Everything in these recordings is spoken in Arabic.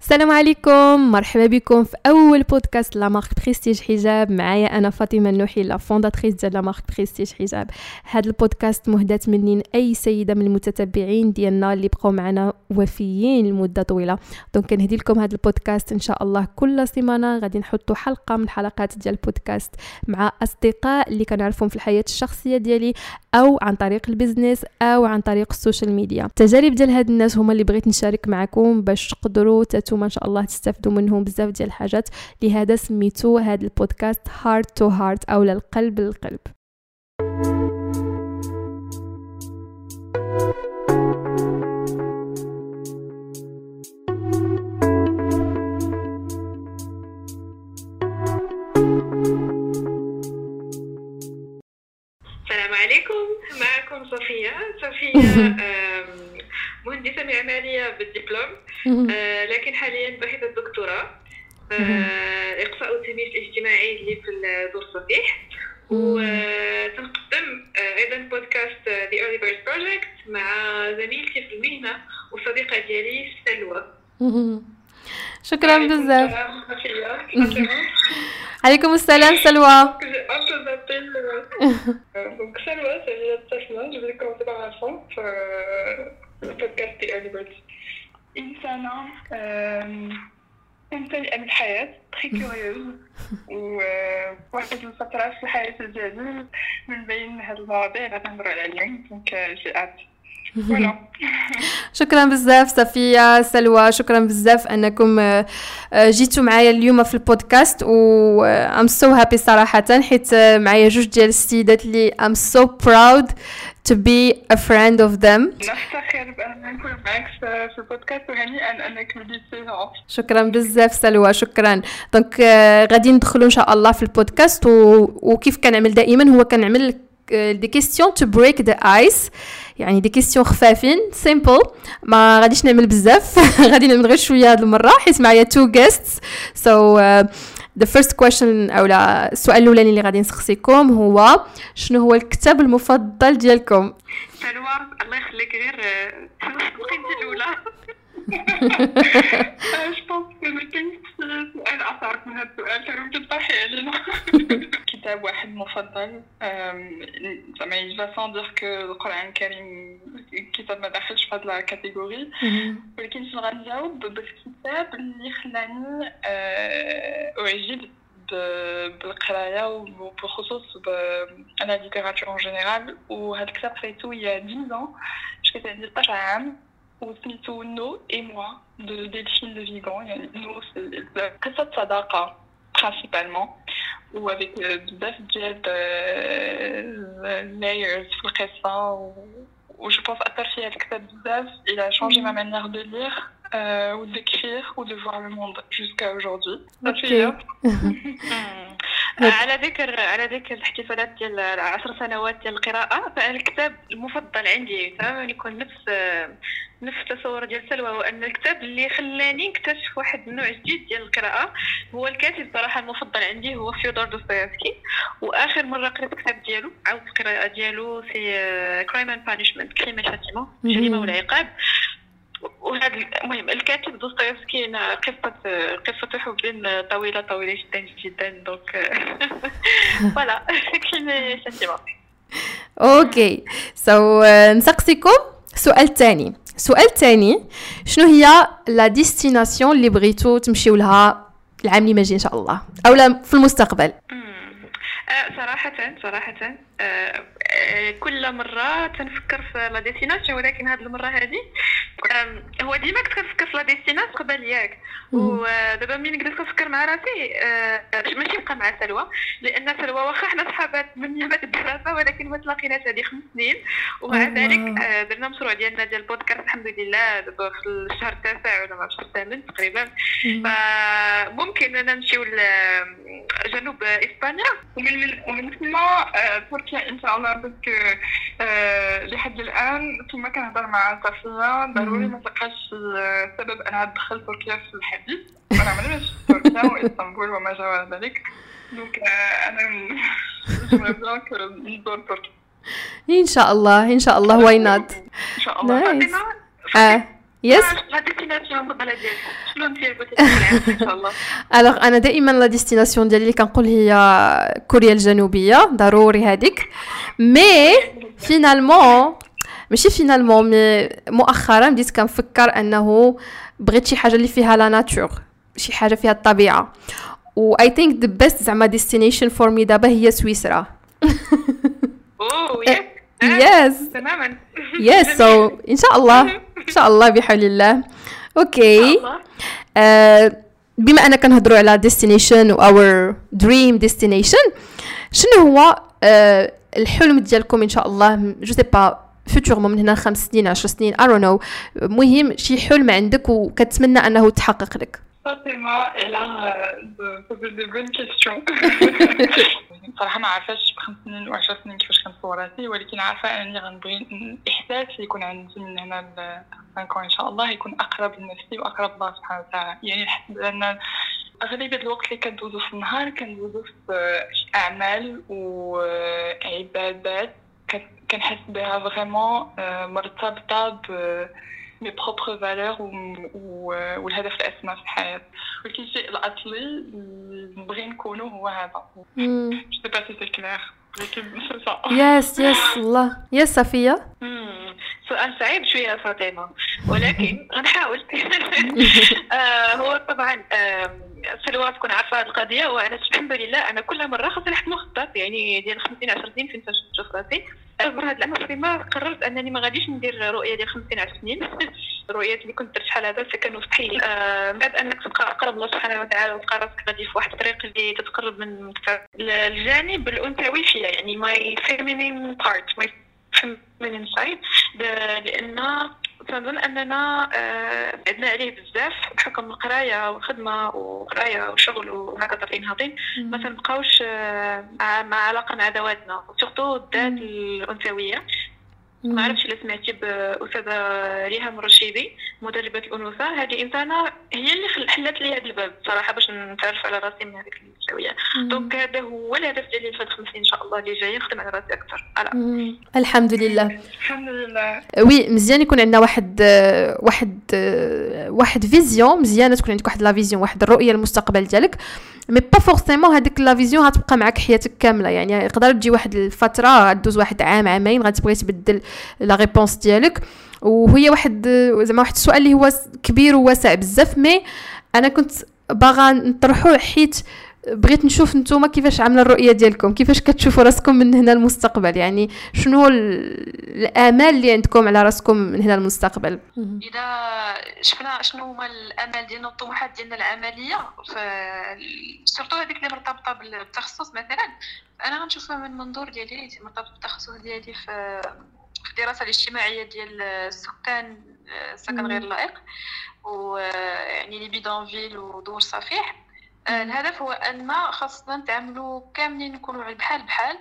السلام عليكم، مرحبا بكم في اول بودكاست لا مارك بريستيج حجاب. معايا انا فاطمه النوحي، لا فونداتريس ديال لا مارك بريستيج حجاب. هذا البودكاست مهدات مني اي سيده من المتتبعين ديالنا اللي بقاو معنا وفيين لمده طويله. دونك كنهدي لكم هذا البودكاست ان شاء الله كل سيمانه غادي نحطوا حلقه من حلقات ديال البودكاست مع اصدقاء اللي كنعرفهم في الحياه الشخصيه ديالي او عن طريق البيزنس او عن طريق السوشيال ميديا. التجارب ديال هاد الناس هما اللي بغيت نشارك معكم باش تقدروا تاتوا ما شاء الله تستافدوا منهم بزاف ديال الحاجات. لهذا سميتو هذا البودكاست هارت تو هارت او القلب للقلب. السلام عليكم، معكم صفية مهندسة معمارية بالدبلوم، لكن حاليا باحثة دكتوراه إقصاء والتنمية الاجتماعي اللي في دور صفيح، وتنقدم أيضا بودكاست The Early Bird Project مع زميلتي في المهنة وصديقة ديالي سلوى. شكرا بزاف. عليكم السلام سلوى. Donc Salwa, ça vient de Tasma. Je vais commencer par la fin le podcast The Early Birds. إنسانة ممتلئة بالحياة، très curieuse، وواحد الفترة في الحياة ديالي من بين هاد المواضيع اللي غنهضروا عليها اليوم. Donc j'ai hâte. Voilà. شكرا بزاف صفية سلوى، شكرا بزاف انكم جيتوا معايا اليوم في البودكاست، و I'm so happy صراحة حيت معايا جوج ديال السيدات اللي I'm so proud to be a friend of them. نفتخر بأن نكون معك في البودكاست وهنيئا أنك بديتيها. شكرا بزاف سلوى، شكرا. دونك غادي ندخلوا ان شاء الله في البودكاست، وكيف كنعمل دائما هو كنعمل دي كيستيون تو بريك ذا ايس، يعني دي كيستيون خفافين سيمبل، ما غاديش نعمل بزاف غادي نعمل غير شويه هذه المره حيت معايا تو guests. So the first question او لا السؤال الاولاني اللي غادي نسقسيكم هو شنو هو الكتاب المفضل ديالكم؟ سلوى الله يخليك، غير القيمه الاولى. شوف كنت سؤال أصعب من هذا السؤال، كانوا تطرحي علينا. كتاب واحد مفضل، زعما يجب سان دير كو القرآن الكريم كتاب ما داخلش في هاد لا كاتيجوري، ولكن شنو غنجاوب بالكتاب اللي خلاني أعجب بالقرايه وبخصوص انا ليتيراتور ان جينيرال. وهذا الكتاب قريته يا 10 ans، كنت عندي 16 عام، وسميتو نو اي موا دو ديلفين دو فيغون. يعني نو قصه صداقه برينسيبالمون، وافيك بزاف ديال لايرز في القصه، و جو بونس اثر فيا الكتاب بزاف. il a changé ma manière de lire ou d'écrire ou de voir le monde jusqu'à aujourd'hui. على ذكر الاحتفالات ديال 10 سنوات ديال القراءه، فالكتاب المفضل عندي تماما يكون نفس التصور ديال سلوى، هو ان الكتاب اللي خلاني نكتشف واحد النوع جديد ديال القراءه هو الكاتب صراحه المفضل عندي هو فيودور دوستويفسكي. واخر مره قريت الكتاب ديالو او القراءه ديالو في كرايم اند بانيشمنت، كريم الشتيمه، الجريمه والعقاب. وهذا المهم الكاتب دوستويفسكي قصة حب طويلة جدا جدا. دونك فوالا كريم الشتيمه. اوكي سو نسقسيكم سؤال تاني. شنو هي لا ديستيناسيون اللي بغيتو تمشيو لها العام اللي ماجي ان شاء الله او لا في المستقبل؟ صراحة كل مرة تنفكر في لا ديستيناسيون، ولكن هذه المرة هذه هو ديما كنت كنفكر في لا ديستيناسيون قبل ياك، ودابا ملي قلت كنفكر مع راسي ماشي نبقى مع سلوى، لان سلوى واخا حنا صحابات من يامات الدراسة ولكن ما تلاقيناش هذه 5 سنين، ومع ذلك درنا مشروع ديالنا ديال البودكاست الحمد لله دابا في الشهر 9 ولا ما في الشهر 8 تقريبا. فممكن اننا نمشيو لجنوب اسبانيا ومن ثم تركيا ان شاء الله. بس لحد الان كما كنهضر مع صفيه ضروري ما تلقاش سبب انا ادخل تركيا في الحديث. انا ما نمشيش تركيا واسطنبول وما جاوز ذلك. دونك انا نبغى نزور تركيا ان شاء الله واي نوت ان شاء الله. يس. لا ديستيناسيون المفضله ديالك شنو انت قلتي لي ان شاء الله؟ الوغ انا دائما لا ديستيناسيون ديالي اللي كنقول هي كوريا الجنوبيه، ضروري هذيك. مي فينالمون ماشي فينالمون، مي مؤخرا بديت كنفكر انه بغيت شي حاجه اللي فيها لا ناتور، شي حاجه فيها الطبيعه. و I think the best زعما destination for me دابا هي سويسرا. اوه يس تماما. يس سو ان شاء الله ان شاء الله بحول الله. اوكي بما أننا كنهضروا على destination و our dream destination، شنو هو الحلم ديالكم ان شاء الله جو سي با فيتورمون من هنا 5 سنين 10 سنين I don't know، مهم شي حلم عندك وكتمنى انه يتحقق لك؟ فاطمة poser de bonnes questions. صراحة ما عارفاش ب5 سنين و10 سنين كيفاش كنصور راسي، ولكن عارفة أنني غنبغي الإحساس اللي يكون عندي من هنا ل 5 إن شاء الله يكون أقرب لنفسي وأقرب الله سبحانه وتعالى. يعني نحس بأن أغلبية الوقت اللي كندوزو في النهار كندوزو في أعمال وعبادات كنحس بها فريمون مرتبطة ب mes propres valeurs والهدف الأسمى في الحياة. ولكن الشيء الأصلي نبغي نكونو هو هذا. je sais pas si c'est clair ولكن c'est ça. يس الله. يس صفية. سؤال صعيب شوية فاطمة، ولكن غنحاول. هو طبعا سلوى تكون عارفة هذه القضية، وأنا الحمد لله أنا كل مرة خاصني نحط مخطط يعني ديال 50 10 سنين فين نشوف راسي. مرة هاد العام ما قررت أنني ما غاديش ندير رؤية ديال 50 10 سنين. الرؤيات اللي كنت درت شحال هذا كانوا مستحيلين. بعد أنك تبقى أقرب الله سبحانه وتعالى وتلقى راسك غادي في واحد الطريق اللي تتقرب من الجانب الأنثوي فيها، يعني my feminine part my feminine side، لأن تنظن أننا عندنا عليه بزاف بحكم القراية والخدمة وقراية وشغل وهكذا طرفين هاطين، ما تنبقاوش مع علاقة مع ذواتنا وسورتو الذات الأنثوية. ما عرفتش إلا سمعتي بأستاذة ريهام الرشيدي مدربة الأنوثة، هذه إنسانة هي اللي حلت لي هذا الباب صراحة باش نتعرف على راسي من هذيك الزاوية. دونك هذا هو الهدف ديالي في 5 سنين إن شاء الله اللي جايين، نخدم على راسي أكثر. الحمد لله. الحمد لله. وي مزيان يكون عندنا واحد فيزيون مزيانه، تكون عندك واحد لا فيزيون، واحد الرؤيه للمستقبل ديالك، مي با فورسيمون هذيك لا فيزيون غتبقى معك حياتك كامله. يعني يقدر تجي واحد الفتره غدوز واحد عام عامين غتبغي تبدل لا ريبونس ديالك، وهي واحد زعما واحد السؤال اللي هو كبير وواسع بزاف. مي انا كنت باغا نطرحه حيت بغيت نشوف نتوما كيفاش عامله الرؤيه ديالكم، كيفاش كتشوفوا راسكم من هنا المستقبل، يعني شنو الامال اللي عندكم على راسكم من هنا المستقبل. اذا شفنا شنو هما الامال ديالنا والطموحات ديالنا العمليه سورتو هذيك اللي مرتبطه بالتخصص مثلا، انا غنشوفها من منظور ديالي مرتبط بالتخصص ديالي في الدراسه الاجتماعيه ديال السكان، السكن غير لائق ويعني لي بيدونفيل ودور صفيح. الهدف هو أن خاصنا نتعاملوا كاملين نكونوا بحال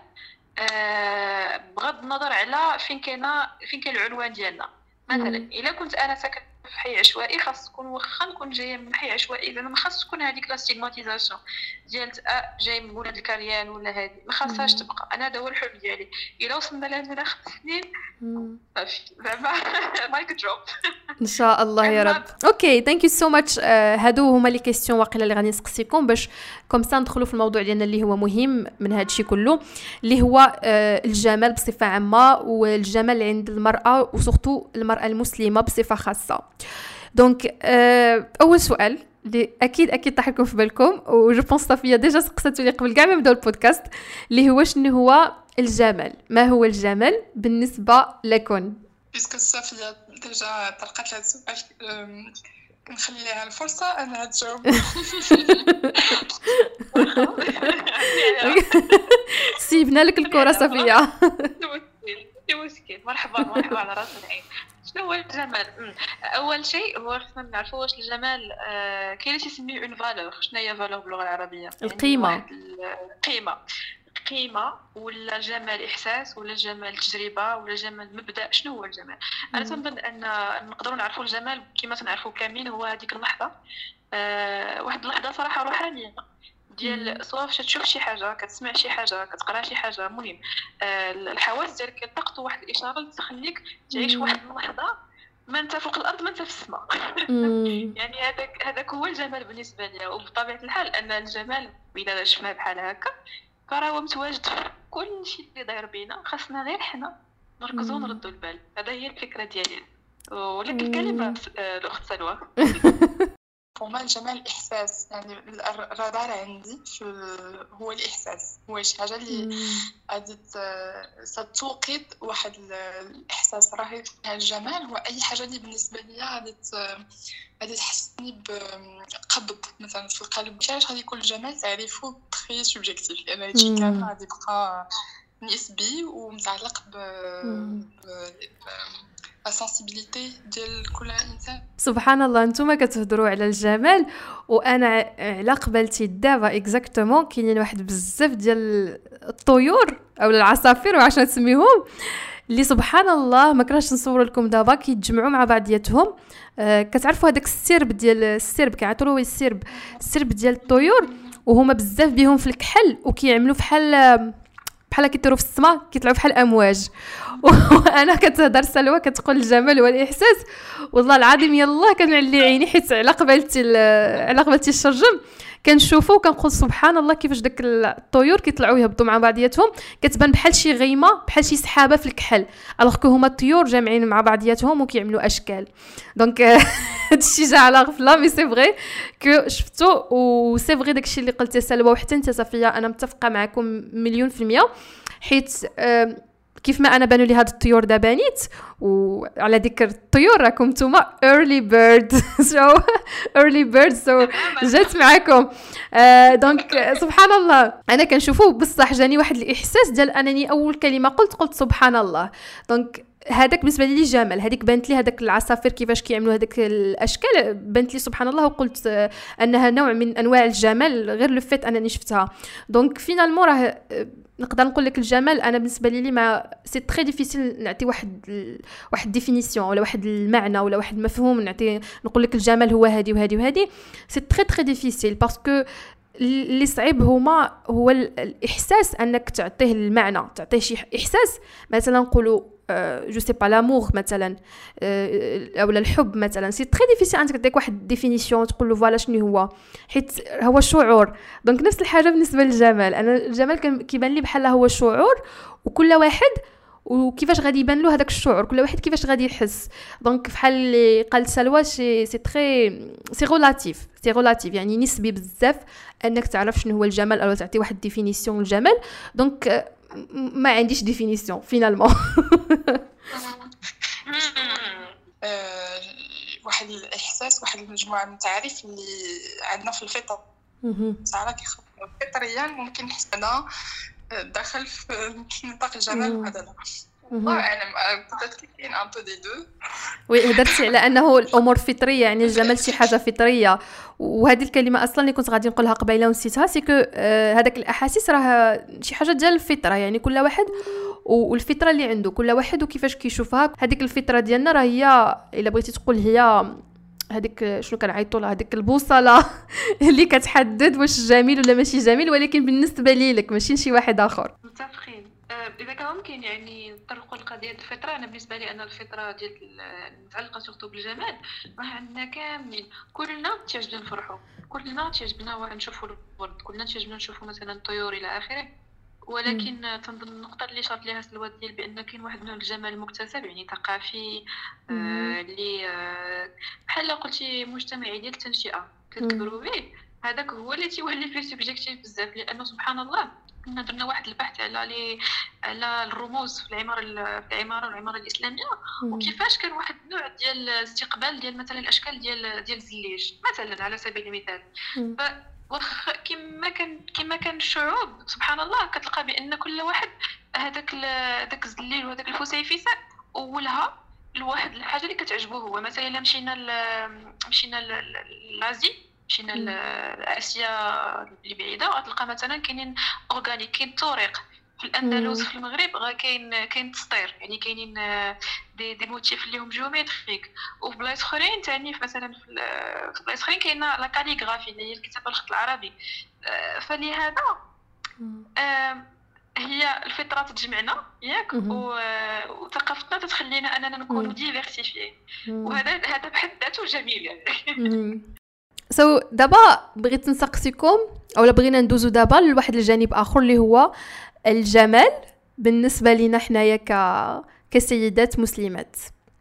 بغض النظر على فين كاين العنوان ديالنا. مثلا الا كنت انا ساكن في حي عشوائي خاص تكون واخا نكون جايه من حي عشوائي، زعما ما خاص تكون هذيك لا ستيغماتيزاسيون ديال جاي من ولاد الكريان ولا هذه ما خاصهاش تبقى. انا هذا هو الحلم ديالي. الا وصلنا لهنا 5 سنين صافي زعما مايك دروب ان شاء الله يا رب. اوكي ثانك يو سو ماتش. هادو هما لي كيسيون واقيلا اللي غادي نسقسيكم باش كوم سا ندخلوا في الموضوع ديالنا اللي هو مهم من هذا الشيء كله، اللي هو الجمال بصفه عامه والجمال عند المراه وسورتو المراه المسلمه بصفه خاصه. دونك اول سؤال اللي اكيد طاح لكم في بالكم وجو بونس صافيه ديجا سقساتو لي قبل كاع ما نبداو البودكاست، اللي هو شنو هو الجمال. ما هو الجمال بالنسبه لكم؟ بيسكو صافيه ديجا طرقت لهذا السؤال نخلي لها الفرصه انا نجاوب. سيبنا لك الكره صافيه. مشكل. مرحبا على راس العين. شنو هو الجمال؟ اول شيء هو خصنا نعرفوا واش الجمال كاين اللي تسميه اون فالور. شنو هي فالور باللغه العربيه؟ القيمه. قيمه ولا جمال احساس ولا جمال تجربه ولا جمال مبدا. شنو هو الجمال؟ انا تنظن ان نقدروا نعرفوا الجمال كما تنعرفوا كاملين هو هذيك اللحظه، واحد اللحظه صراحه روحانيه ديال سواء تشوف شي حاجه، كتسمع شي حاجه، كتقرا شي حاجه، المهم الحواس ديالك يلتقطوا واحد الاشاره اللي تخليك تعيش واحد اللحظه ما انت فوق الارض ما انت في السماء. يعني هذاك هو الجمال بالنسبه لي. وبطبيعه الحال ان الجمال اذا شفناه بحال هكا فراه متواجد في كل شيء اللي داير بينا، خاصنا غير حنا نركزوا ونردوا البال. هذا هي الفكره ديالي. ولكن الكلمه الاخت سلوى. وما الجمال إحساس، يعني الرادار عندي هو الإحساس، هو شي حاجة اللي غادي ستوقظ واحد الإحساس رهيب. الجمال هو أي حاجة اللي بالنسبة لي غادي تحسني بقبض مثلا في القلب. علاش غادي يكون الجمال تعريفه تري سوبجيكتيف، لأن هادشي كامل غادي يبقى نسبي ومتعلق السنسيبيليتي ديال كل انسان. سبحان الله، نتوما كتهضروا على الجمال وانا على قبلتي دابا اكزاكتومون كاينين واحد بزاف ديال الطيور او العصافير وعشان نسميهم اللي سبحان الله ما كرهتش نصور لكم دابا كيتجمعوا مع بعضياتهم. كتعرفوا هذاك السرب كيعطروا السرب ديال الطيور، وهما بزاف بهم في الكحل وكيعملوا بحال كيطيروا في السماء، كيطلعوا بحال امواج. وانا كتهضر سلوى كتقول الجمال والاحساس، والله العظيم يلا كنعلي عيني حيت على قبلتي الشرجم كنشوفو وكنقول سبحان الله كيفاش داك الطيور كيطلعوا يهبطوا مع بعضياتهم، كتبان بحال شي غيمه بحال شي سحابه في الكحل، الوغ كو هما الطيور جامعين مع بعضياتهم وكيعملوا اشكال. دونك هادشي جا على غفله، مي سي فري كو شفتو و سي فري داكشي اللي قلتي سلوى وحتى انت صفيه، انا متفقه معكم مليون في المية. حيت كيف ما انا بانوا لي هاد الطيور دابا نيت، وعلى ذكر الطيور راكم نتوما early bird so جات معكم. دونك سبحان الله انا كنشوفو بصح جاني واحد الاحساس ديال انني اول كلمه قلت سبحان الله. دونك هذاك بالنسبه لي جمال، هذيك بانت لي هذاك العصافير كيفاش كيعملوا هذاك الاشكال بانت لي سبحان الله، وقلت انها نوع من انواع الجمال غير لو فيت انني شفتها. دونك فينالمون راه نقدر نقول لك الجمال انا بالنسبه لي ما سي تري ديفيسيل نعطي واحد ديفينيسيون ولا واحد المعنى ولا واحد مفهوم نقول لك الجمال هو هذه وهذه وهذه. سي تري ديفيسيل باسكو اللي صعيب هو الاحساس، انك تعطيه المعنى، تعطيه شي احساس. مثلا نقولوا جو سي با لامور مثلا اولا الحب مثلا، سي تري ديفيسيل انك تعطيك واحد ديفينيسيون تقول له فوالا شنو هو، حيت هو شعور. دونك نفس الحاجه بالنسبه للجمال، انا الجمال كيبان لي بحال هو شعور، وكل واحد وكيفاش غادي يبان له هذاك الشعور، كل واحد كيفاش غادي يحس. دونك بحال اللي قالت سلوى سي تري سي ريلاتيف يعني نسبي بزاف انك تعرف شنو هو الجمال او تعطي واحد ديفينيسيون للجمال. دونك ما عنديش ديفينيسيون فينالمون. واحد الاحساس، واحد المجموعه من التعاريف اللي عندنا في الفطر صراحه كيخدموا فطريا، ممكن نحسنا داخل في نطاق الجمال وهذا لا. والله اعلم كاين ان بو دي دو. وي هضرتي على انه الامور فطريه، يعني الجمال شي حاجه فطريه، وهذه الكلمه اصلا اللي كنت غادي نقولها قبيله ونسيتها، سي كو هذاك الاحاسيس راه شي حاجه ديال الفطره، يعني كل واحد والفطره اللي عنده كل واحد وكيفاش كيشوفها. هذيك الفطره ديالنا راه هي الا بغيتي تقول هي هذيك شنو كنعيطوا لها، هذيك البوصله اللي كتحدد واش جميل ولا ماشي جميل، ولكن بالنسبه ليك ماشي شي واحد اخر. متفقين. اذا كان ممكن يعني نطرقوا لقضيه الفطره، انا بالنسبه لي انا الفطره ديال المتعلقه سورتو بالجمال راه عندنا كاملين. كلنا تعجبنا نفرحوا، كلنا تعجبنا نشوفوا الورد، كلنا تعجبنا نشوفوا مثلا الطيور الى اخره. ولكن تنظن النقطه اللي شرط ليها سلوى ديال بان كاين واحد من الجمال المكتسب يعني ثقافي اللي بحال قلتي مجتمعي ديال التنشئه كتكبروا به، هذاك هو اللي تيولي فيه سوبجيكتيف بزاف. لانه سبحان الله كنا درنا واحد البحث على الرموز في العماره والعماره الاسلاميه، وكيفاش كان واحد النوع ديال الاستقبال ديال مثلا الاشكال ديال الزليج مثلا على سبيل المثال. كما كان الشعوب سبحان الله كتلقى بان كل واحد هذاك الزليل وهذاك الفسيفساء ولها لواحد الحاجه اللي كتعجبه هو. مثلا الا مشينا لازي، مشينا لاسيا اللي بعيده، غتلقى مثلا كاينين اورغانيك، كاين الطريق في الاندلس في المغرب، كاين تسطير، يعني كاينين دي موتيف اللي هم جيومتريك. وفي بلايص اخرين ثاني مثلا في بلايص اخرين كاينه لا كاليغرافي اللي هي الكتابه بالخط العربي. فلهذا هي الفطره تجمعنا ياك وثقافتنا تتخلينا اننا نكونوا ديفيرسيفي، وهذا بحد ذاته جميل يعني. دابا بغيت نسقسيكم اولا بغينا ندوزو دابا لواحد الجانب اخر اللي هو الجمال بالنسبه لنا حنايا كسيدات مسلمات.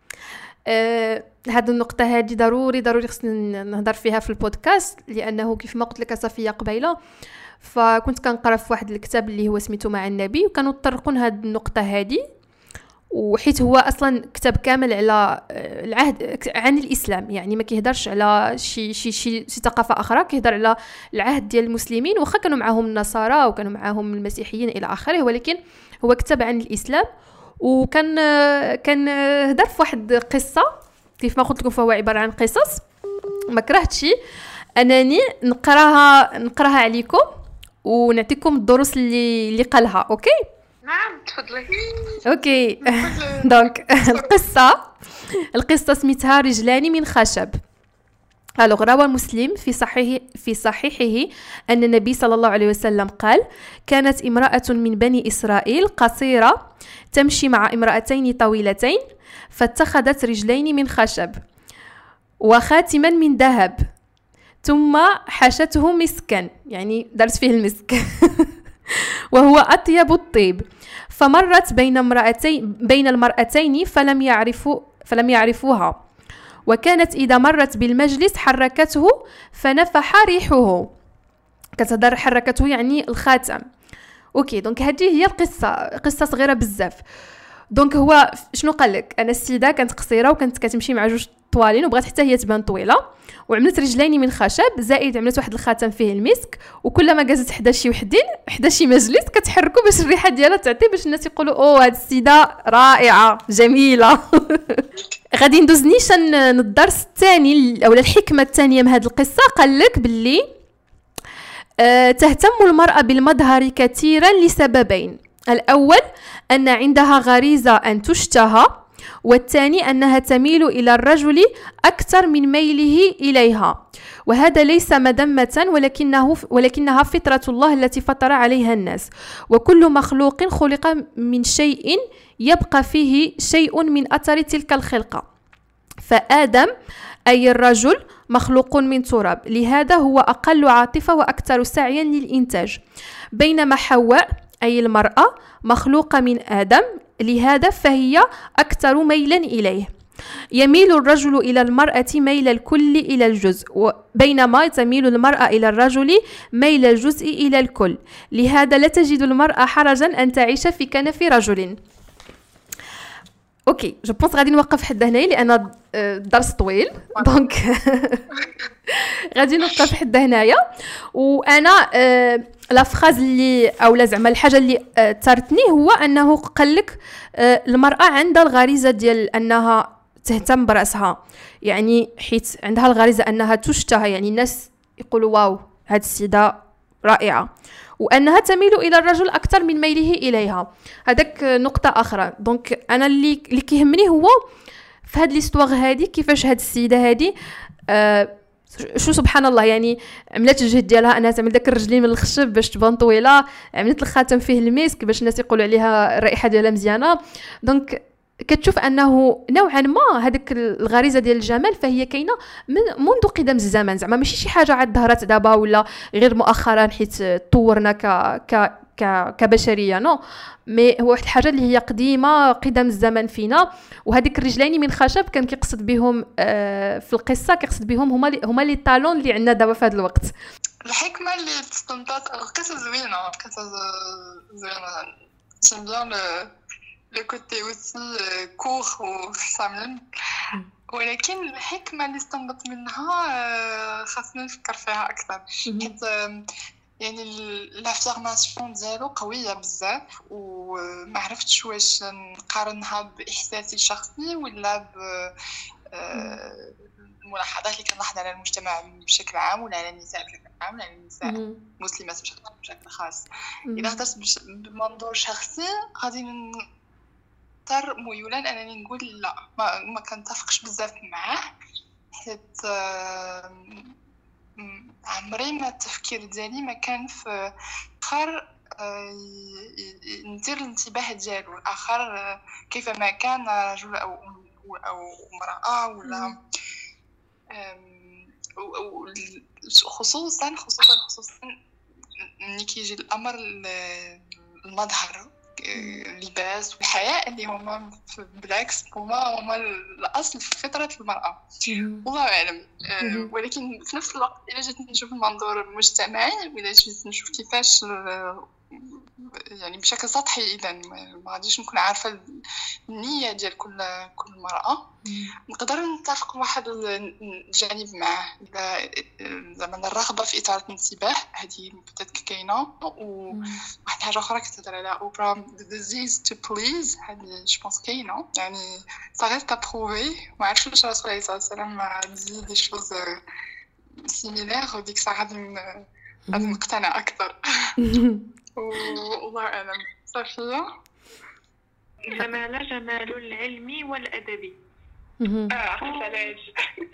هذه النقطه هذه ضروري خصني نهضر فيها في البودكاست، لانه كيف ما قلت لك صفيه قبيله فكنت كنقرا في واحد الكتاب اللي هو سميتو مع النبي، وكانوا يطرقون هذه النقطه هذه، وحيت هو اصلا كتاب كامل على العهد عن الاسلام، يعني ما كيهدرش على شي ثقافه اخرى، كيهدر على العهد ديال المسلمين، واخا كانوا معاهم النصارى وكانوا معاهم المسيحيين الى اخره، ولكن هو كتاب عن الاسلام. وكان هدر في واحد قصه كيف ما قلت لكم، فهو عباره عن قصص. ما كرهتش انني نقراها عليكم ونعطيكم الدروس اللي قالها. اوكي نعم تفضلي. اوكي دونك القصه سميتها رجلان من خشب. روى مسلم في صحيحه أن النبي صلى الله عليه وسلم قال: كانت امرأة من بني إسرائيل قصيرة تمشي مع امرأتين طويلتين، فاتخذت رجلين من خشب وخاتما من ذهب، ثم حشته مسكا، يعني درت فيه المسك وهو أطيب الطيب، فمرت بين المرأتين فلم يعرفوها، وكانت إذا مرت بالمجلس حركته فنفح ريحه. كتهضر حركته يعني الخاتم. اوكي دونك هذه هي قصه صغيره بزاف. دونك هو شنو قال لك؟ انا السيده كانت قصيره وكانت كتمشي مع جوج طوالين وبغات حتى هي تبان طويله، وعملت رجلين من خشب زائد عملت واحد الخاتم فيه المسك، وكلما جازت حدا شي وحدين حدا شي مجلس كتحركوا باش الريحه ديالها تعطي، باش الناس يقولوا اوه هاد السيده رائعه جميله. غادي ندوز نيشان الدرس الثاني اولا الحكمه الثانيه من هذه القصه. قال لك باللي تهتم المرأة بالمظهر كثيرا لسببين: الأول أن عندها غريزة أن تشتهى، والثاني أنها تميل إلى الرجل أكثر من ميله إليها، وهذا ليس مذمة ولكنها فطرة الله التي فطر عليها الناس، وكل مخلوق خلق من شيء يبقى فيه شيء من أثر تلك الخلقة، فآدم أي الرجل مخلوق من تراب، لهذا هو أقل عاطفة وأكثر سعيا للإنتاج، بينما حواء أي المرأة مخلوقة من آدم، لهذا فهي أكثر ميلا إليه. يميل الرجل إلى المرأة ميل الكل إلى الجزء، بينما تميل المرأة إلى الرجل ميل الجزء إلى الكل، لهذا لا تجد المرأة حرجا أن تعيش في كنف رجل. اوكي جو بونس غادي نوقف حد هنايا لان الدرس طويل، دونك غادي نوقف حد هنايا. وانا لا فراز اللي اولا زعما الحاجه اللي ثارتني هو انه قال لك المراه عندها الغريزه ديال انها تهتم براسها، يعني حيت عندها الغريزه انها تشتهى، يعني الناس يقولوا واو هاد السيده رائعه، وانها تميل الى الرجل اكثر من ميله اليها. هذاك نقطه اخرى. دونك انا اللي كيهمني هو في هاد ليستواغ هادي كيفاش هاد السيده هادي شو سبحان الله، يعني عملت الجهد ديالها انها تعمل داك الرجلين من الخشب باش تبان طويله، عملت الخاتم فيه المسك باش الناس يقولوا عليها الرائحه ديالها مزيانه. دونك كتشوف انه نوعا ما هذيك الغريزه ديال الجمال فهي كاينه منذ قدم الزمن، زعما ماشي شي حاجه عاد ظهرت دابا ولا غير مؤخرا حيت تطورنا كبشريه، نو مي هو واحد الحاجه اللي هي قديمه قدم الزمن فينا. وهذيك الرجلين من خشب كان كيقصد بهم في القصه، كيقصد بهم هما لي طالون اللي عندنا دابا في هذا الوقت. الحكمه اللي استنبطت قصه زوينه، قصه زوينه. j'aime bien le côté aussi court وصامل، ولكن الحكمة اللي استنبط منها خاصنا نفكر فيها أكثر، حيت يعني الافيرماسيون ديالو قوية بزاف، وما عرفتش واش نقارنها بإحساسي الشخصي ولا الملاحظات اللي كنلاحظ على المجتمع بشكل عام ولا على النساء بشكل عام ولا على النساء مسلمات بشكل خاص. إذا اخترت بمنظور شخصي غادي نضطر ميولا انني نقول لا، ما كنتفقش بزاف معاه، حيت عمري ما التفكير ديالي ما كان في اخر ندير الانتباه ديالو الاخر كيفما كان رجل او امراه ولا خصوصا ملي كيجي الامر المظهر اللباس والحياء اللي هما بالعكس هما الاصل في فطره المراه والله اعلم. ولكن في نفس الوقت الا جيت نشوف المنظور المجتمعي ولا جيت نشوف كيفاش يعني بشكل سطحي اذا ما غاديش نكون عارفه النيه ديال كل مرأة، نقدر نتفق واحد الجانب معاه زعما الرغبه في اثاره الانتباه هذه بدات كاينه. وواحد حاجه اخرى كتهضر على اوبرا ديزيز تو بليز هذه جو بونس كاينه يعني صغير تابروفي ما عرفتش واش الرسول عليه الصلاه والسلام دي دي شوز سيميلير وديك الساعه غادي نقتنع اكثر. والله اعلم. صافيه جمال العلمي والادبي. عقلت علاش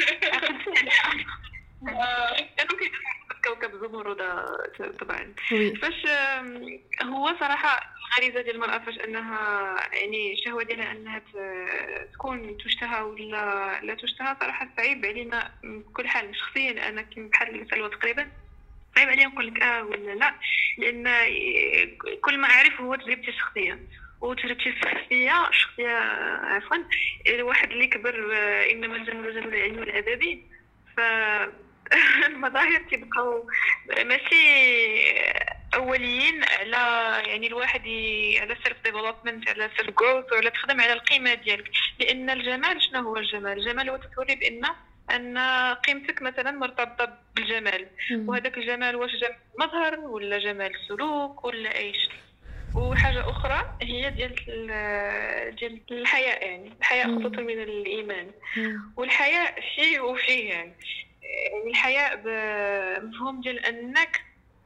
لانه كوكب الزهور طبعا. فاش هو صراحه الغريزه ديال المراه فاش انها يعني الشهوه ديالها انها تكون تشتهى ولا لا تشتهى، صراحه صعيب علينا بكل حال. شخصيا انا كيما بحال سلوى تقريبا صعيب عليا نقول لك ولا لا، لان كل ما اعرف هو تجربتي الشخصيه وتجربتي الشخصيه عفوا الواحد اللي كبر انما الجمال العلمي والادبي. فالمظاهر تبقاو ماشي اوليين على يعني الواحد على سيلف ديفلوبمنت على سيلف جروث ولا تخدم على القيمه ديالك. لان الجمال شنو هو الجمال هو تتوري ان قيمتك مثلا مرتبطه بالجمال، وهذاك الجمال واش جمال مظهر ولا جمال سلوك ولا اي شيء. وحاجه اخرى هي ديال الحياء، يعني الحياء خطوه من الايمان. والحياء فيه وفيه يعني الحياء بمفهوم ديال انك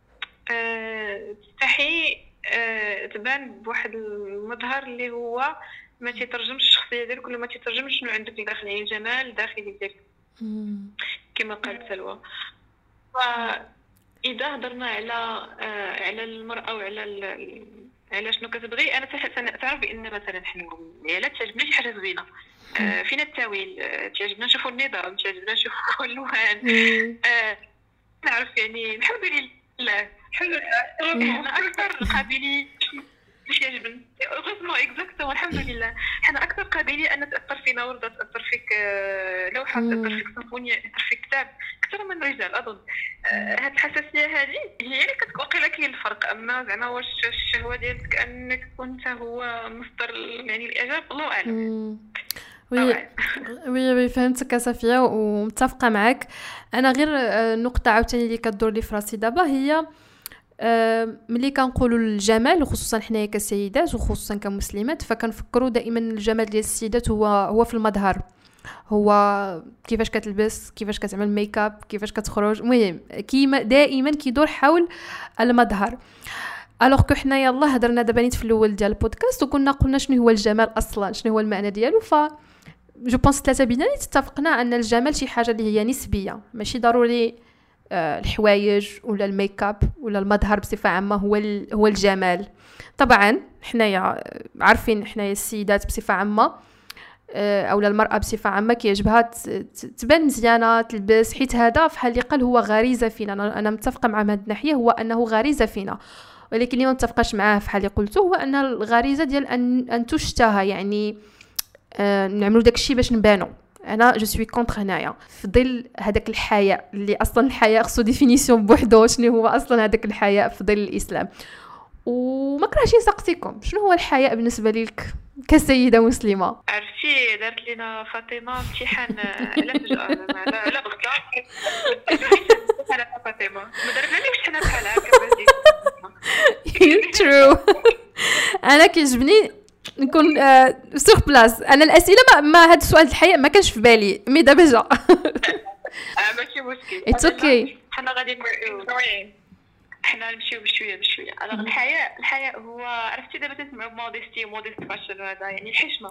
تستحي تبان بواحد المظهر اللي هو ما تيترجمش الشخصيه ديالك ولا ما تيترجمش شنو عندك داخل، يعني الجمال الداخلي ديالك كما قالت سلوى. فاذا هضرنا على المراه وعلى شنو كتبغي، انا تعرف بان مثلا حنا لا تعجبني شي حاجه زوينه فينا التاويل، تعجبنا نشوفوا النظام، تعجبنا نشوفوا الالوان، نعرف يعني الحمد لله احنا اكثر قابلين باش يعجبني غزمو اكزاكتو. الحمد لله حنا اكثر قابلين ان تاثر فينا ورده، تاثر فيك لوحه، تاثر فيك سيمفونيه، تاثر فيك كتاب اكثر من الرجال اظن. هاد الحساسيه هذه هي اللي كتوقع لك الفرق. اما زعما واش الشهوه ديالك انك تكون انت هو مصدر يعني الاعجاب، الله اعلم. وي فهمتك صافيه ومتفقه معك. انا غير نقطه عاوتاني اللي كدور لي فراسي دابا هي ملي كنقولوا الجمال وخصوصا حنايا كسيدات وخصوصا كمسلمات فكنفكروا دائما الجمال ديال السيدات هو في المظهر، هو كيفاش كتلبس، كيفاش كتعمل ميك اب، كيفاش كتخرج، المهم كيما دائما كيدور حول المظهر. الوغ كو حنا يلاه هضرنا دابا نيت في الاول ديال البودكاست وكنا قلنا شنو هو الجمال اصلا، شنو هو المعنى ديالو. ف جو بونس ثلاثه بينا اتفقنا ان الجمال شي حاجه اللي هي نسبيه، ماشي ضروري الحوايج ولا الميك اب ولا المظهر بصفه عامه هو الجمال. طبعا حنايا عارفين حنايا السيدات بصفه عامه او المراه بصفه عامه كيعجبها تبان مزيانه تلبس، حيت هذا في حال اللي قال هو غريزه فينا. انا متفقه مع هذه الناحيه، هو انه غريزه فينا. ولكن اللي ما متفقاش معاه في حال اللي قلته هو ان الغريزه ديال ان تشتهى، يعني نعملوا داكشي باش نبانو. انا جو سوي كونتر هنايا في ظل هذاك الحياء اللي اصلا الحياء خصو ديفينيسيون بوحدو، شنو هو اصلا هذاك الحياء في ظل الاسلام. وما كرهتش نسقسيكم شنو هو الحياء بالنسبه لك كسيده مسلمه؟ عرفتي دارت لنا فاطمه امتحان على فجاه لا بغدا على فاطمه ما درناش حنا بحال هكا ترو. انا كيعجبني نكون سور بلاص. انا الاسئله ما هذا السؤال الحقيقه ما كانش في بالي مي دابا جا. ماشي مشكل، اتس اوكي. حنا غادي نمشيو بشويه. انا الحياء هو عرفتي دابا تسمعوا موديست فاشن هذا يعني الحشمه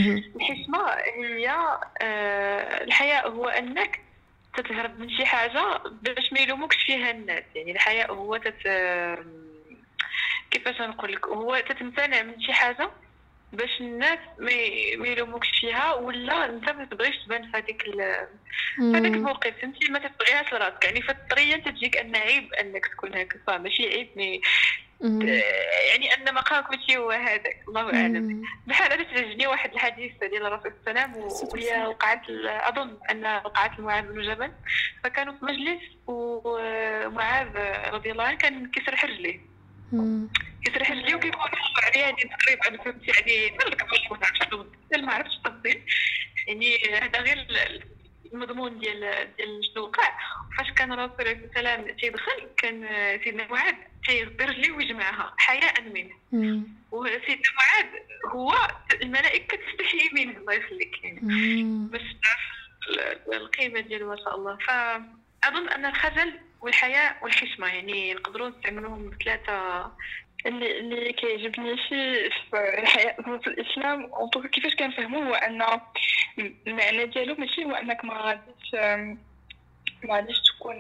هي الحياء هو انك تتهرب من شي حاجه باش ما يلوموكش فيها الناس. يعني الحياء هو كيفاش نقول لك، هو تتمتنع من شي حاجه باش الناس ما يلوموكش فيها، ولا انت ما تبغيش تبان في هذيك الموقف، فهمتي؟ ما تبغيهاش لراسك، يعني فالطريقه تجيك ان عيب انك تكون هكا، ماشي عيب يعني ان مقامك ماشي هو هذاك، الله اعلم. بحال هذا تعجبني واحد الحديث ديال الرسول صلى الله عليه وسلم، وهي وقعت اظن ان وقعت لمعاذ بن جبل، فكانوا في مجلس ومعاذ رضي الله عنه كان كيسرح رجليه كيسرح رجليه وكيقول عليه يعني تقريبا، فهمتي؟ يعني ما عرفتش التفصيل، يعني هذا غير المضمون ديال شنو وقع. فاش كان الرسول عليه السلام تيدخل، كان سيدنا معاذ تيغبر رجليه ويجمعها حياء منه، وسيدنا معاذ هو الملائكه تستحي منه، الله يخليك، يعني باش تعرف القيمه ديالو ما شاء الله. فاظن ان الخجل والحياء والحشمه يعني نقدروا نستعملوهم بثلاثه. اللي كيعجبني شي في الحياة في الإسلام كيفاش كنفهموه، هو أن المعنى ديالو ماشي هو أنك ما غاديش تكون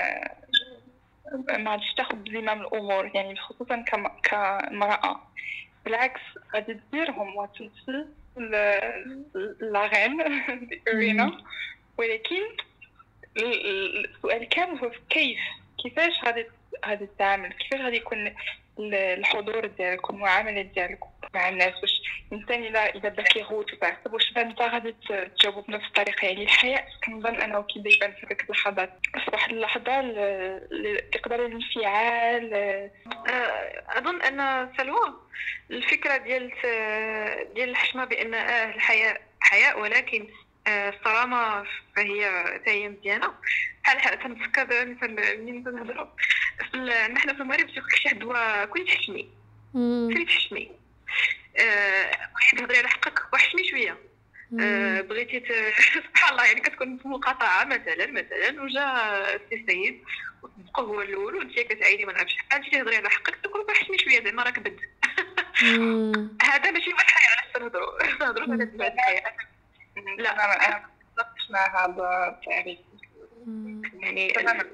ما غاديش تاخذ بزمام الأمور، يعني خصوصا كمرأة، بالعكس غادي تديرهم وتمثل لاغين الأرينا. ولكن السؤال كامل هو كيفاش غادي تتعامل، كيفاش غادي يكون الحضور ديالك والمعامله ديالك مع الناس. واش الانسان اذا بدا كيغوت وتعصب، واش انت غادي تجاوب بنفس الطريقه؟ يعني الحياء كنظن انه كيبدا يبان في ديك اللحظات، في واحد اللحظه اللي تقدر الانفعال. اظن ان سلوى الفكره ديال الحشمه بان الحياء حياء، ولكن الصرامه فهي مزيانه. بحال تنفكر دابا مثلا ملي نهضروا نحن في المغرب تيقول شي حد كنت تحشمي تحشمي بغيتي تهضري على حقك وحشمي شويه، بغيتي سبحان الله يعني كتكون في مقاطعه مثلا وجا السي سيد وتبقى هو الاول وانت كتعيدي ما نعرفش شحال، تجي تهضري على حقك تقول وحشمي شويه زعما راك بد. هذا ماشي واحد الحياه علاش تنهضروا في هذا الحياه. لا انا متفقش مع هذا التعريف، يعني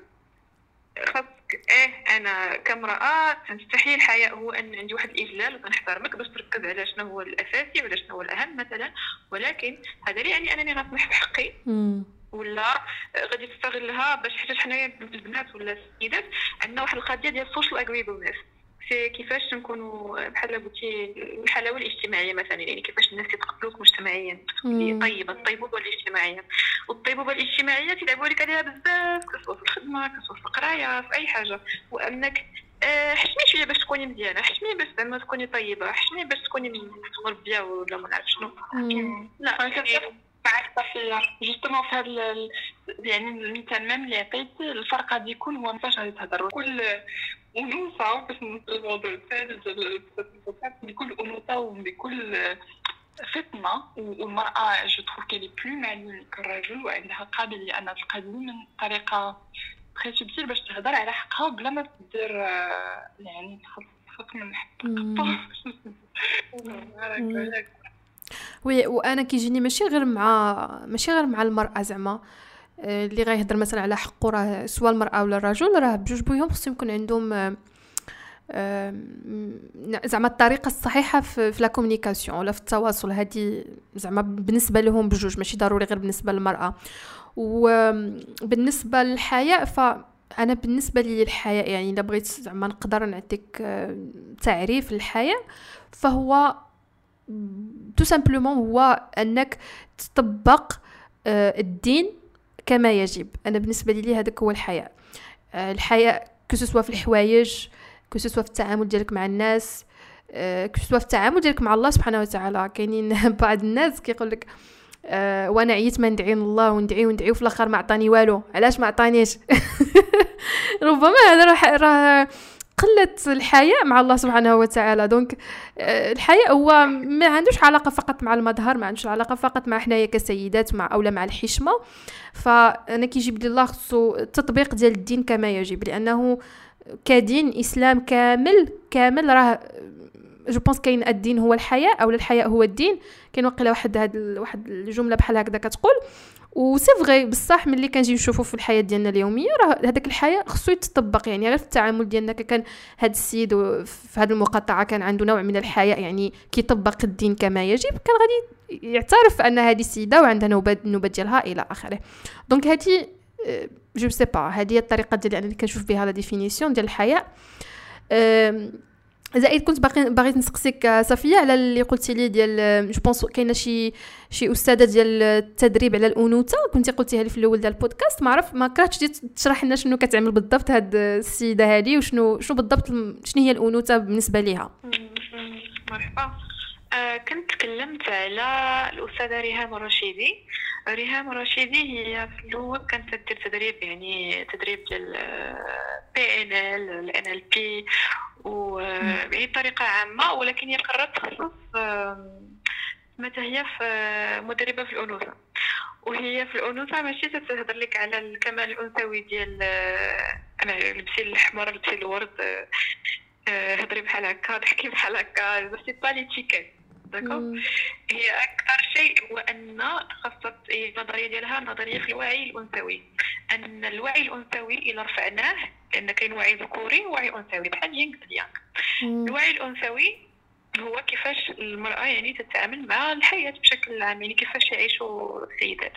خاصك انا كامراه تنستحي الحياء هو ان عندي واحد الاجلال وكنحترمك باش تركز على شنو هو الاساسي ولا شنو هو الاهم مثلا، ولكن هذا لا يعني انني غنسمح بحقي ولا غادي تستغلها باش حيت حنايا البنات ولا السيدات عندنا واحد القضيه ديال السوشيال اجريبلنس، كيفاش نكونوا بحال قلتي الحلاوه الاجتماعيه مثلا، يعني كيفاش الناس يتقبلوك مجتمعيا، طيبه الطيبوبه الاجتماعيه. والطيبوبه الاجتماعيه تلعبوا لك عليها بزاف، كسوا في الخدمه كسوا في القرايه في اي حاجه، وانك حشمي شويه باش تكوني مزيانه، حشمي باش زعما تكوني طيبه، حشمي باش تكوني مربيه ولا ما نعرف شنو. لا كنتفق معك صافي جوستومون في هذا يعني المثال ميم اللي عطيت، الفرق غادي يكون هو فاش غادي تهضر كل انوثه باش نوصل الموضوع الثاني بكل انوثه وبكل فطنه. والمراه جو تروف كي لي بلو معلومه كالرجل، وعندها قابليه ان تقدم من طريقه تري سوبتيل باش تهضر على حقها بلا ما تدير يعني تخاف من حقها. وي وانا كيجيني ماشي غير مع المراه زعما اللي غيهضر مثلا على حقه، راه سواء المراه ولا الرجل راه بجوج بوهم خصهم يكون عندهم زعما الطريقه الصحيحه في لا كومونيكاسيون ولا في التواصل، هذه زعما بالنسبه لهم بجوج، ماشي ضروري غير بالنسبه للمراه. وبالنسبه للحياء، فانا بالنسبه لي الحياء يعني اذا بغيت زعما نقدر نعطيك تعريف للحياء، فهو تو سامبلومون هو انك تطبق الدين كما يجب. انا بالنسبه لي هذاك هو الحياء. الحياء كسوا في الحوايج، كسوا في التعامل ديالك مع الناس، كسوا في التعامل ديالك مع الله سبحانه وتعالى. كاينين بعض الناس كيقول لك وانا عييت ما ندعي الله وندعي في الاخر ما عطاني والو، علاش ما عطانيش؟ ربما هذا راه قلة الحياء مع الله سبحانه وتعالى. دونك الحياء هو ما عندوش علاقة فقط مع المظهر، ما عندوش علاقة فقط مع حنايا كسيدات أولا مع الحشمة. فأنا كيجيب لي الله خصو التطبيق ديال الدين كما يجب، لأنه كدين إسلام كامل راه جو بونس كاين الدين هو الحياء أو الحياء هو الدين. كاين واقيلا واحد الجملة بحال هكذا كتقول. وسي فغي بصح ملي كنجي نشوفوا في الحياه ديالنا اليوميه راه هذاك الحياه خصو يتطبق، يعني غير في التعامل ديالنا. كان هذا السيد في هذه المقاطعه كان عنده نوع من الحياء، يعني كيطبق الدين كما يجب، كان غادي يعترف ان هذه السيده وعندها نوبه ديالها الى اخره. دونك هذه جو سي با، هذه الطريقه ديالي انا اللي كنشوف بها لا ديفينيسيون ديال الحياء. زائد كنت باغي نسقسيك صفيه على اللي قلتي لي ديال جو بونس كاينه شي استاذه ديال التدريب على الانوثه، كنتي قلتيها لي في الاول ديال البودكاست. ما كرهتش تشرح لنا شنو كتعمل بالضبط هاد السيده هذه، وشنو بالضبط شنو هي الانوثه بالنسبه ليها. مرحبا. كنت تكلمت على الأستاذة ريهام الرشيدي. ريهام الرشيدي هي في الأول كانت تدير تدريب، يعني تدريب ديال PNL NLP بطريقة عامة، ولكن هي قررت تخصص متى هي في مدربة في الأنوثة. وهي في الأنوثة ماشي تتهضر لك على الكمال الأنثوي ديال أنا لبسي الأحمر لبسي الورد هضري بحال هكا ضحكي بحال هكا، سي با ليتيكيت داكو. هي اكثر شيء هو ان خاصه النظريه ديالها نظريه في الوعي الانثوي، ان الوعي الانثوي الى رفعناه، لان كاين وعي ذكوري ووعي انثوي بحال يينغ يانغ. الوعي الانثوي هو كيفاش المراه يعني تتعامل مع الحياه بشكل عام، يعني كيفاش يعيشوا السيدات.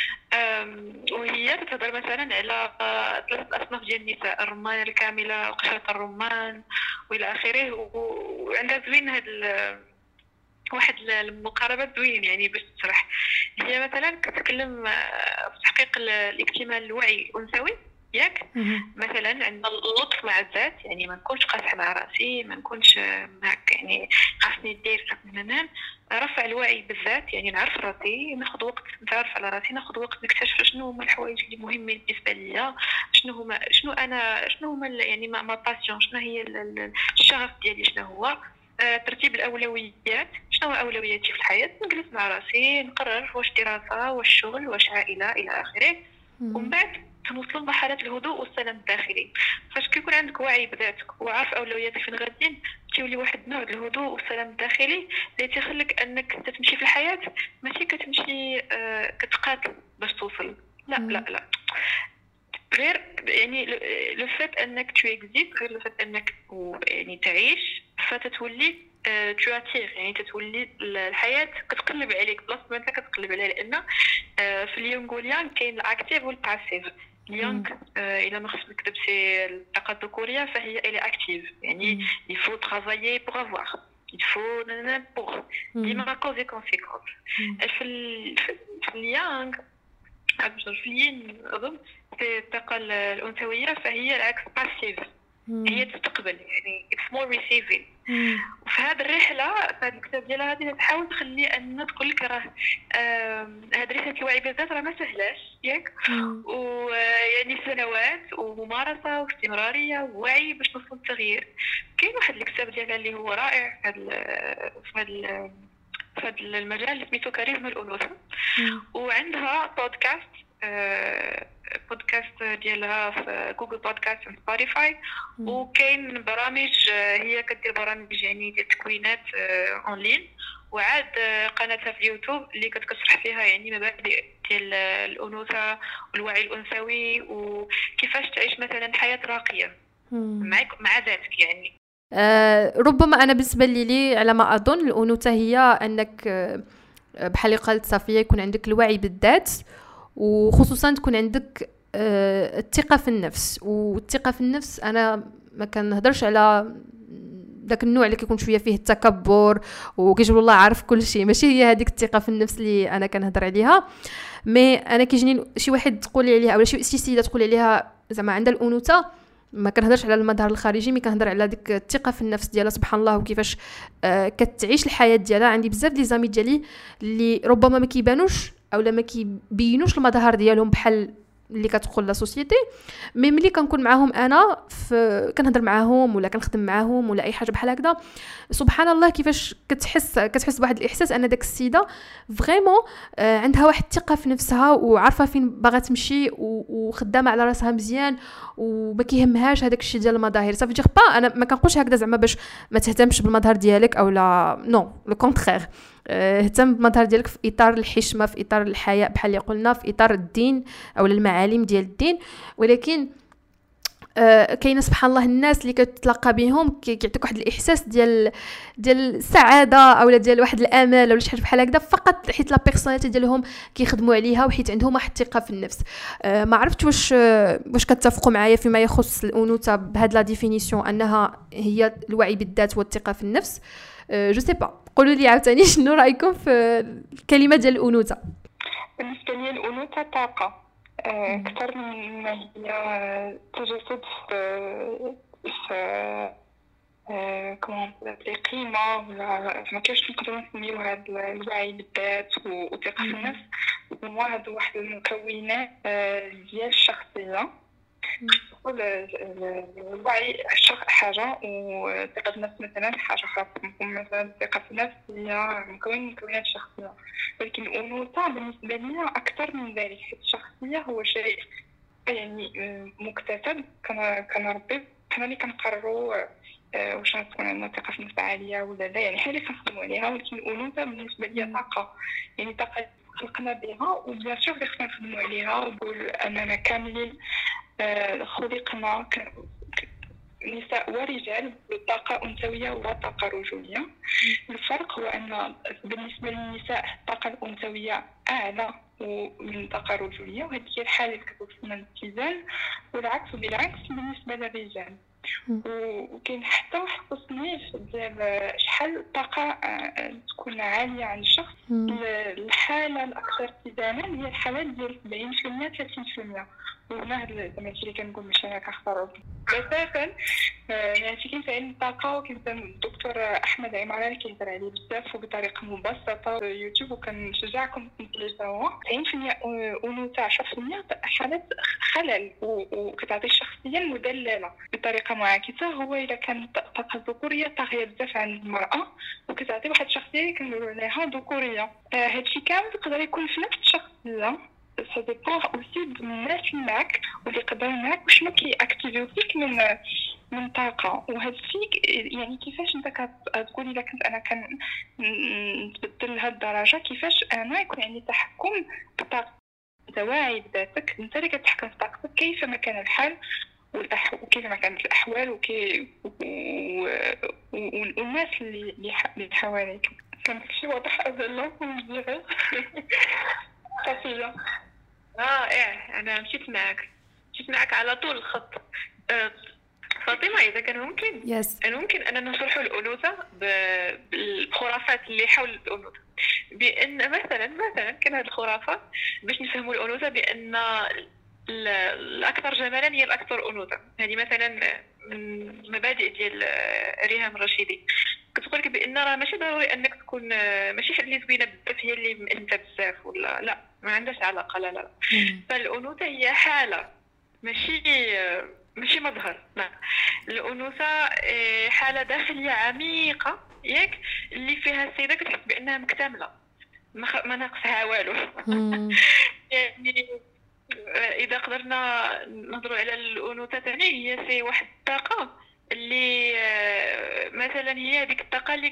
وهي تتهضر مثلا على 3 أصناف ديال النساء: الرمانه الكامله، قشره الرمان والى اخره. وعندها زوين هاد واحد المقاربه زوين يعني باش تشرح. هي مثلا كتكلم في تحقيق الاكتمال الوعي الانثوي ياك. مثلا عندنا اللطف مع الذات، يعني ما نكونش قاصحه مع راسي، ما نكونش هكا يعني خاصني ندير مثلا. رفع الوعي بالذات، يعني نعرف راسي، ناخذ وقت نتعرف على راسي، ناخذ وقت نكتشف شنو هما الحوايج اللي مهمين بالنسبه ليا، شنو هما يعني ما باسيون، شنو هي الشغف ديالي، شنو هو ترتيب الاولويات، شنو اولوياتي في الحياه. نجلس مع راسي نقرر واش دراسه، واش شغل، واش عائله الى اخره. ومن بعد تنوصل لمرحله الهدوء والسلام الداخلي. فاش كيكون عندك وعي بذاتك وعارف اولوياتك فين غاديين، تولي واحد النوع ديال الهدوء والسلام الداخلي اللي تيخليك انك تمشي في الحياه ماشي كتمشي كتقاتل باش توصل، لا لا لا، غير يعني لو فات انك تو اكزيست، غير لو فات انك يعني تعيش، فتتولي تو اتير، يعني تتولي الحياه كتقلب عليك بلاصه ما انت كتقلب عليها. لان في اليونغوليان كاين الاكتيف والباسيف. اليونغ الى ما خصك نكتب سي الطاقه الذكوريه، فهي الي اكتيف، يعني il faut travailler pour avoir، il faut pour ديما كوز كونسيكونس. في اليانغ في الين اظن في الطاقه الانثويه، فهي العكس باسيف، هي تستقبل، يعني it's more receiving. وفي هذه الرحله في هذا الكتاب ديالها هذه تحاول تخلي ان تقول لك راه هذه رحله الوعي بالذات راه ما سهلاش ياك، ويعني سنوات وممارسه واستمراريه ووعي باش نوصل للتغيير. كاين واحد الكتاب ديالها اللي هو رائع في هذا المجال سميتو كاريزما الانوثه، وعندها بودكاست ديالها في جوجل بودكاست وسبوتيفاي، وكاين برامج هي كدير برامج يعني ديال التكوينات اونلاين، وعاد قناتها في اليوتيوب اللي كتشرح فيها يعني مبادئ ديال الانوثه والوعي الانثوي وكيفاش تعيش مثلا حياه راقيه مع ذاتك. يعني ربما انا بالنسبه لي على ما اظن الانوثه هي انك بحال اللي قالت صافيه يكون عندك الوعي بالذات، وخصوصا تكون عندك الثقه في النفس. والثقه في النفس انا ما كنهضرش على داك النوع اللي كيكون شويه فيه التكبر وكيجبر الله عارف كل شيء، ماشي هي هذيك الثقه في النفس اللي انا كنهضر عليها. مي انا كيجيني شي واحد تقول لي عليها، ولا شي سيده تقول عليها زعما عندها الانوثه، ما كنهضرش على المظهر الخارجي، مي كنهضر على ديك الثقه في النفس ديالها سبحان الله، وكيفاش كتعيش الحياه ديالها. عندي بزاف دي زامي ديالي اللي ربما ما كيبانوش اولا ما كيبينوش المظهر ديالهم بحال اللي كتقول لا سوسيتي، مي ملي كنكون معاهم انا كنهضر معاهم ولا كنخدم معاهم ولا اي حاجه بحال هكذا، سبحان الله كيفاش كتحس بواحد الاحساس ان داك السيده فريمون عندها واحد الثقه في نفسها وعارفه فين باغا تمشي وخدامه على راسها مزيان وما كيهمهاش هذاك الشيء ديال المظاهر. صافي دير با انا ما كنقولش هكذا زعما باش ما تهتمش بالمظهر ديالك او لا نو لو كونترير، اهتم بالمظهر ديالك في اطار الحشمه، في اطار الحياء بحال اللي قلنا، في اطار الدين او المعالم ديال الدين. ولكن كاينه سبحان الله الناس اللي كتتلاقى بهم كيعطيك واحد الاحساس ديال السعاده او ديال واحد الامل ولا شي حاجه بحال هكذا، فقط حيت لا بيرسوناليتي ديالهم كيخدموا عليها وحيت عندهم واحد الثقه في النفس. ما عرفت واش كتفقوا معايا فيما يخص الانوثه بهاد لا ديفينيسيون انها هي الوعي بالذات والثقه في النفس. جو سي با، قولوا لي عاوتاني شنو رايكم في الكلمه ديال الانوثه؟ بالنسبه لي الانوثه طاقه أكثر من ما هي تجسد في كمان قيمة، ولا ما كيفاش نقدروا نسميو هذا الوعي بالذات وثقة في النفس. وهذا واحد المكونات ديال الشخصية. الوعي حاجة وثقة النفس مثلا حاجة أخرى. مثلا الثقة في النفس هي مكون من مكونات الشخصية، ولكن الأنوثة بالنسبة لي أكثر من ذلك. حيت الشخصية هو شيء يعني مكتسب كنربي، حنا اللي كنقرروا واش غتكون عندنا ثقة في النفس عالية ولا لا، يعني حنا اللي كنخدموا عليها. ولكن الأنوثة بالنسبة لي طاقة، يعني طاقة خلقنا بها وبيان سور خصنا نخدموا عليها. ونقول أننا كاملين خلقنا نساء ورجال بطاقة أنثوية وطاقة رجولية. الفرق هو أن بالنسبة للنساء الطاقة الأنثوية أعلى من الطاقة الرجولية، وهذه هي الحالة اللي كتوصلنا للاتزان، والعكس بالعكس بالنسبة للرجال. وكاين حتى واحد التصنيف ديال شحال الطاقة تكون عالية عند الشخص. الحالة الأكثر اتزانا هي الحالة ديال 70% 30%. وهنا هاد زعما اللي كنقول ماشي انا كنختار اساسا، يعني كاين الطاقه. وكاين الدكتور احمد عمران كيهضر عليه بزاف وبطريقه مبسطه في يوتيوب، وكنشجعكم تنزلوه. 90% انوثه 10% حالات خلل، وكتعطي الشخصيه المدلله بطريقه معاكسه. هو الا كانت الطاقه الذكوريه طاغيه بزاف عند المراه، وكتعطي واحد الشخصيه اللي كنقولوا عليها ذكوريه. هادشي كامل يقدر يكون في نفس الشخصيه. ça dépend aussi de الناس اللي معك واللي قدروا معك وشنو كيأكتيفيو فيك من طاقة. وهذا الشيء يعني كيفاش انت كتقولي الا كنت انا نتبدل لهاد الدرجة، كيفاش انا يكون عندي تحكم بطاقتي. انت واعي بذاتك، انت اللي كتحكم في طاقتك كيفما كان الحال وكيفما كانت الاحوال والناس اللي حواليك. كان شي واضح ازلا ونجيغي صافيه. انا مشيت معك على طول الخط. فاطمه، اذا كان ممكن ممكن اننا نشرحوا الانوثه بالخرافات اللي حول الانوثه، بان مثلا كان هذه الخرافات باش نفهموا الانوثه بان الاكثر جمالا هي الاكثر انوثه. هذه مثلا من مبادئ ديال ريهام الرشيدي، كتقول لك بان راه ماشي ضروري انك تكون ماشي حد اللي زوينه بزاف هي اللي مأنثه بزاف، ولا لا، ما عندهاش علاقه. لا فالانوثه هي حاله ماشي مظهر. لا، الانوثه حاله داخليه عميقه ياك، اللي فيها السيده كتحس بانها مكتمله، ما ناقصها والو. يعني اذا قدرنا نهضروا على الانوثه ثاني، هي سي واحد الطاقه اللي مثلا هي هذيك الطاقه اللي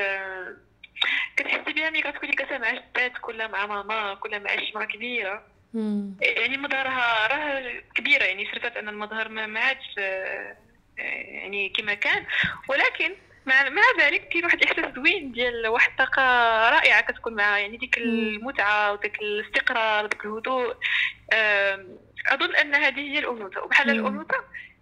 كتحسي بها ملي كتكوني جالسه مع جداتك ولا مع ماما ولا مع شي مرا كبيره. يعني مظهرها راه كبيره، يعني صرفت ان المظهر ما عادش يعني كما كان، ولكن مع ذلك كاين واحد الاحساس زوين ديال واحد الطاقه رائعه كتكون معها، يعني ديك المتعه وداك الاستقرار وداك الهدوء. اظن ان هذه هي الانوثه. وبحال الانوثه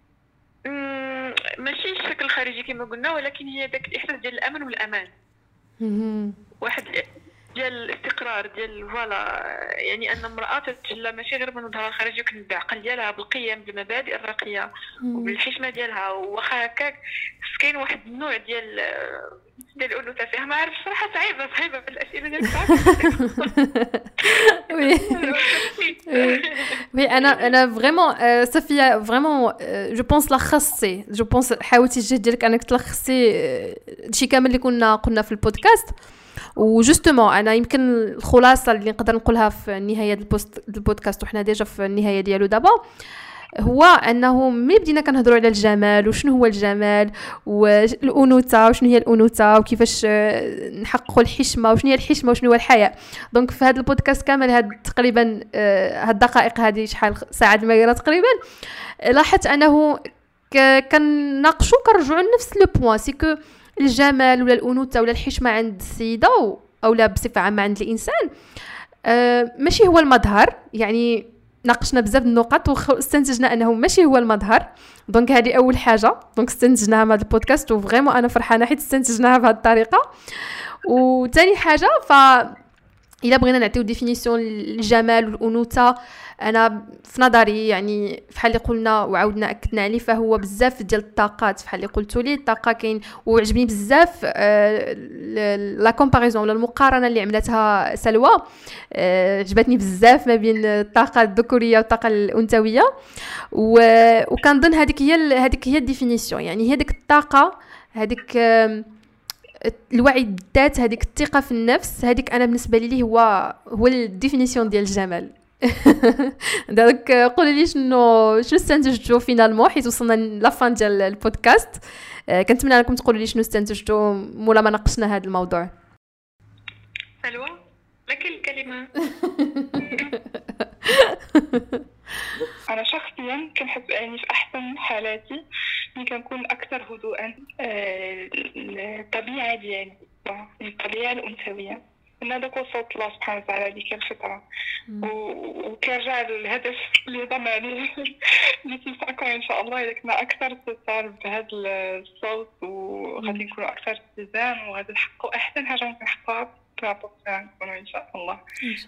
ماشي الشكل الخارجي كما قلنا، ولكن هي داك الاحساس ديال الامن والامان، واحد ديال الاستقرار ديال فوالا. يعني ان امراه تتجلى ماشي غير من مظهرها الخارجي، ولكن بالعقل ديالها، بالقيم، بالمبادئ الراقيه وبالحشمه ديالها. واخا هكاك كاين واحد النوع ديال الانوثه فيها، ما عرفتش صراحه، صعيبه الاسئله ديالك وي انا فريمون صافيه فريمون جو بونس لخصتي، جو بونس حاولتي الجهد ديالك انك تلخصي شي كامل اللي كنا قلنا في البودكاست. وجوستومون انا يمكن الخلاصه اللي نقدر نقولها في نهايه البودكاست، وحنا ديجا في النهايه ديالو دابا، هو انه ملي بدينا كنهضروا على الجمال وشنو هو الجمال والانوثه وشنو هي الانوثه وكيفاش نحققوا الحشمه وشنو هي الحشمه وشنو هو الحياء. دونك في هذا البودكاست كامل هاد تقريبا هاد الدقائق هذه شحال ساعه المغرب تقريبا لاحظت انه كنناقشوا كنرجعوا لنفس لو بوين سي كو الجمال ولا الانوثه ولا الحشمه عند السيده او لا بصفه عامه عند الانسان ماشي هو المظهر. يعني ناقشنا بزاف النقط واستنتجنا انه ماشي هو المظهر. دونك هذه اول حاجه دونك استنتجناها من هذا البودكاست وفريمون انا فرحانه حيت استنتجناها بهذه الطريقه. وثاني حاجه الا بغينا نعطيو ديفينيسيون للجمال والانوثه انا في نظري يعني فحال اللي قلنا وعاودنا اكدنا عليه فهو بزاف ديال الطاقات فحال اللي قلتوا لي الطاقه كاين. وعجبني بزاف لا كومباريزون ولا المقارنه اللي عملتها سلوى عجبتني بزاف ما بين الطاقه الذكوريه والطاقه الانثويه وكنظن هذيك هي الديفينيسيون. يعني هذيك الطاقه هذيك الوعي بالذات هذيك الثقه في النفس هذيك انا بالنسبه لي هو الديفينيسيون ديال الجمال. دونك قولوا لي شنو استنتجتوا فينالمون حيت وصلنا لافان ديال البودكاست. كنتمنى انكم تقولوا لي شنو استنتجتوا مولا ما ناقشنا هذا الموضوع. سلوى لك الكلمه. انا شخصيا كنحب يعني في احسن حالاتي ملي كنكون اكثر هدوءا. الطبيعه ديالي الطبيعه الانثويه ان هذاك هو صوت الله سبحانه وتعالى ديك الفطره وكرجع الهدف اللي ضم عليه نتيساكم ان شاء الله اذا كنا اكثر استثار بهذا الصوت وغادي نكونوا اكثر اتزان وغادي نحققوا احسن حاجه ممكن نحققها نكونوا ان شاء الله.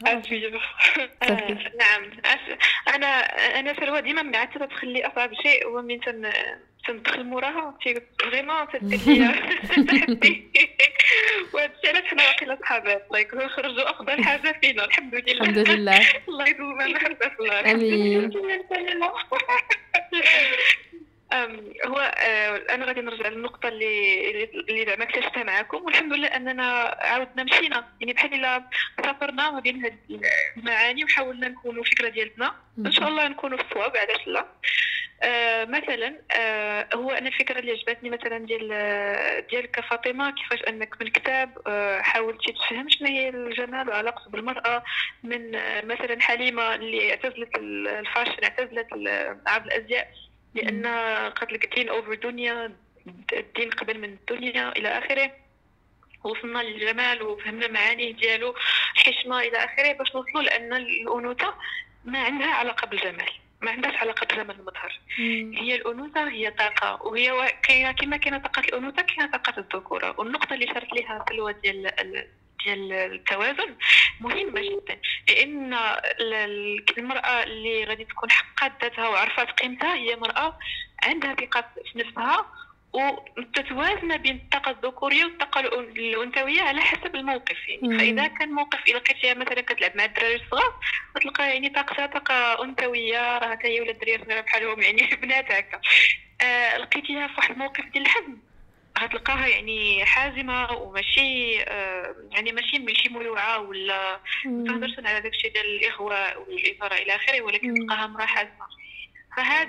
نعم انا سلوى ديما من عادتها تخلي اصعب شيء هو من تندخل موراها فريمون تدير ليا تحدي. وهذا الشيء علاش حنا واقيلا صحابات لايك خرجوا افضل حاجه فينا الحمد لله. الحمد لله الله يدوم محبه في الله. امين. هو انا غادي نرجع للنقطه اللي زعما اكتشفتها معكم والحمد لله اننا عاودنا مشينا يعني بحال الا سافرنا ما بين هاد المعاني وحاولنا نكونوا فكره ديالنا ان شاء الله نكونوا في الصواب علاش لا. مثلا هو انا الفكره اللي عجبتني مثلا ديالك كفاطمه كيفاش انك من كتاب حاولتي تفهم شنو هي الجمال وعلاقته بالمراه من مثلا حليمه اللي اعتزلت الفاشن اعتزلت عرض الازياء لأن قتل الدين أوفر دنيا الدين قبل من الدنيا إلى آخره. وصلنا للجمال وفهمنا معانيه ديالو الحشمة إلى آخره باش نوصلوا لأن الأنوثة ما عندها علاقة بالجمال ما عندهاش علاقة بجمال المظهر. هي الأنوثة هي طاقة وهي كما كاينة طاقة الأنوثة كاينة طاقة الذكورة. والنقطة اللي شرت ليها سلوى ديال التوازن مهمة جدا لأن المرأة اللي غادي تكون حققت ذاتها وعرفت قيمتها هي مرأة عندها ثقة في نفسها وتتوازن بين الطاقة الذكورية والطاقة الأنثوية على حسب الموقف. يعني فإذا كان موقف إذا لقيتيها مثلا كتلعب مع الدراري الصغار غتلقى يعني طاقتها طاقة أنثوية راه حتى هي ولا الدراري الصغار بحالهم يعني بنات هكا. لقيتيها في واحد الموقف ديال الحزم غتلقاها يعني حازمه وماشي يعني ماشي ملوعه ولا تهضرش على داكشي ديال الاغواء والاثاره الى اخره ولكن تلقاها امراه حازمه. فهاد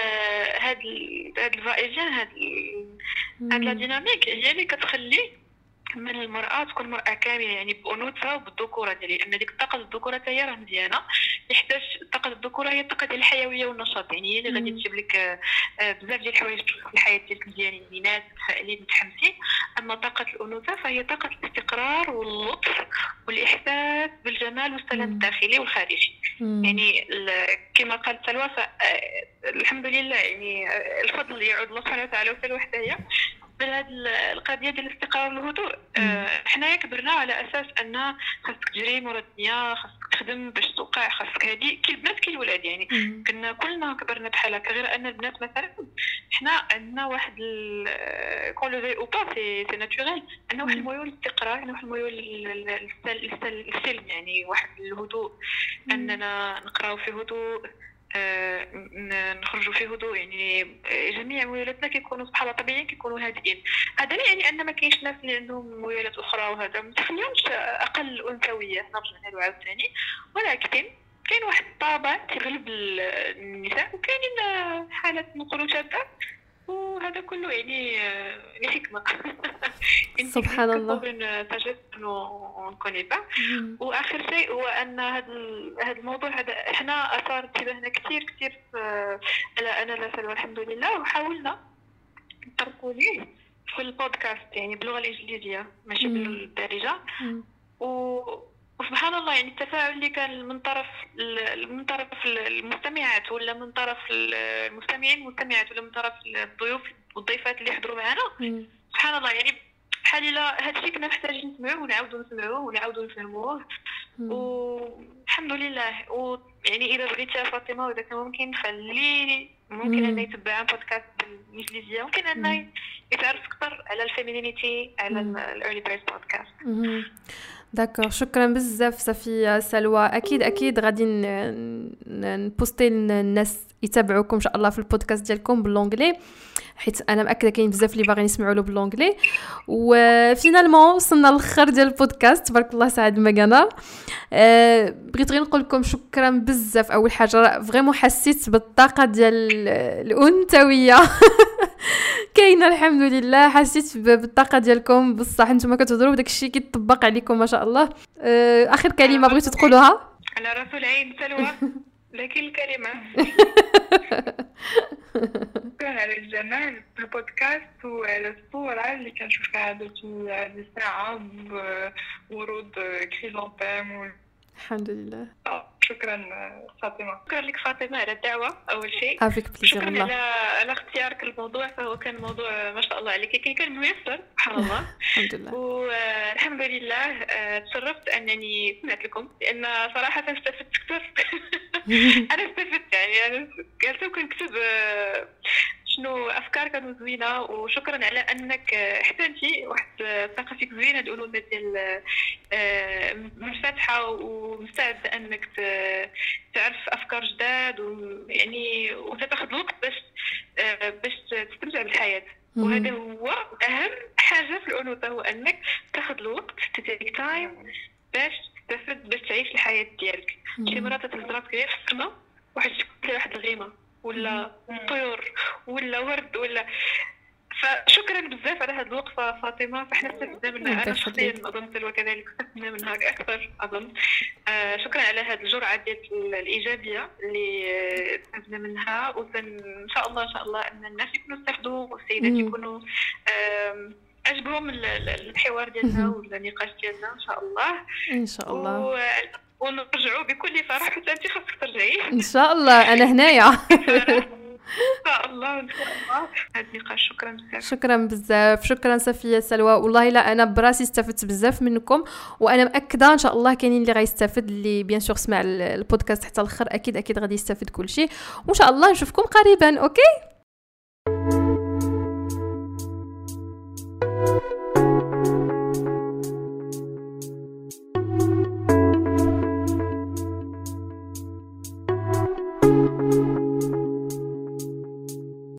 الفائجان هاد لا ديناميك هي اللي كتخلي من المرأة تكون مرأة كاملة يعني بأنوثة وبالذكورة ديالي لأن ديك الطاقة الذكورة حتى هي راه مزيانة يحتاج الطاقة الذكورة هي الطاقة ديال الحيوية والنشاط يعني هي اللي غادي تجيب لك بزاف ديال الحوايج في الحياة ديالك مزيانين ناس متفائلين متحمسين. أما طاقة الأنوثة فهي طاقة الاستقرار واللطف والإحساس بالجمال والسلام الداخلي والخارجي. يعني كما قالت سلوى الحمد لله يعني الفضل يعود الله سبحانه وتعالى وسلوى حتى هي بهذه القضيه ديال الاستقرار والهدوء. حنايا كبرنا على اساس ان خاصك تجري مورا الدنيا خاصك تخدم باش توقع خاصك هذه كي البنات كي الولاد يعني كنا كلنا كبرنا بحال هكا غير ان البنات مثلا حنا عندنا واحد كون لو في او با سي ناتوريل عندنا واحد الميول للاستقرار عندنا واحد الميول للسلم يعني واحد الهدوء اننا نقراو في هدوء نخرجوا في هدوء يعني جميع ميولاتنا كيكونوا بحال طبيعيين كيكونوا هادئين. هذا لا يعني ان ما كاينش ناس اللي عندهم ميولات اخرى وهذا ما تخليهمش اقل انثويه نرجع نقولوا عاوتاني ولكن كاين واحد الطابع تغلب النساء، وكاينين حالات نقولوا شاذة، وهذا كله يعني حكمة. سبحان الله. on connaît pas. واخر شيء هو ان هذا الموضوع هذا احنا اثار انتباهنا كثير انا لا سلوى الحمد لله، وحاولنا نطرقوا ليه في البودكاست يعني باللغه الانجليزيه ماشي بالدارجه. وسبحان الله يعني التفاعل اللي كان من طرف المستمعات، ولا من طرف المستمعين والمستمعات، ولا من طرف الضيوف والضيفات اللي يحضروا معنا، سبحان الله يعني بحال الا هادشي كنا محتاجين نسمعوه ونعاودوا نسمعوه ونعاودوا نفهموه. والحمد لله. ويعني اذا بغيتي فاطمه واذا كان ممكن خلي ممكن انه يتبع بودكاست بالانجليزيه، ممكن انه يتعرف اكثر على الفيمينيتي على الايرلي بيرث بودكاست. داكور، شكرا بزاف صفيه سلوى. اكيد غادي نبوستي الناس يتابعوكم ان شاء الله في البودكاست ديالكم باللونجلي، حيت انا مأكده كاين بزاف اللي باغيين يسمعوا له باللونجلي. وفينالمون وصلنا للخر ديال البودكاست، تبارك الله سعد مكانا. بغيت غير نقول لكم شكرا بزاف. اول حاجه فريمون حسيت بالطاقه ديال الانثويه كاينه الحمد لله، حسيت بالطاقه ديالكم بصح، نتوما كتهضروا وداك الشيء كيطبق عليكم ما شاء الله. اخر كلمه بغيتوا تقولوها؟ على راس العين سلوى، لكن الكلمه كان على الجمال البودكاست وعلى الصورة اللي كنشوفها هذه الساعة بورود كريزانتيم. الحمد لله. شكرا فاطمة. شكرا لك فاطمة على الدعوة أول شيء. شكرا على اختيارك الموضوع، فهو كان موضوع ما شاء الله عليك، كان ميسر سبحان الله. الحمد لله. والحمد لله تشرفت أنني سمعت لكم، لأن صراحة استفدت كثير. أنا استفدت يعني، أنا قلت كنكتب شنو افكار كانوا زوينه، وشكرا على انك احسنتي واحد الثقه فيك زوينه، الانوثه ديال منفتحه ومستعده انك تعرف افكار جداد، ويعني وتاخذ الوقت باش تستمتع بالحياه. وهذا هو اهم حاجه في الانوثه، هو انك تاخذ الوقت، تتيك تايم باش تستفد، باش تعيش الحياه ديالك. شي مرات تهضرك غير في السما واحد الغيمه ولا طيور ولا ورد ولا. فشكرا بزاف على هذه الوقفه فاطمه، فاحنا استفدنا منها، انا شخصيا اظن سلوى كذلك استفدنا منها اكثر اظن. شكرا على هذه الجرعه ديال الايجابيه اللي استفدنا منها، وان شاء الله ان الناس يكونوا استفدوا والسيدات يكونوا عجبهم الحوار ديالنا ولا النقاش ديالنا ان شاء الله. ونرجعوا بكل فرح، حتى انت خاصك ترجعي ان شاء الله. انا هنايا ان شاء الله هذا النقاش. شكرا بزاف. شكرا صفيه سلوى. والله لا انا براسي استفدت بزاف منكم، وانا مأكده ان شاء الله كاينين اللي غيستافد، اللي بيان سور سمع البودكاست حتى الاخر اكيد غادي يستافد كل شيء. وان شاء الله نشوفكم قريبا. اوكي.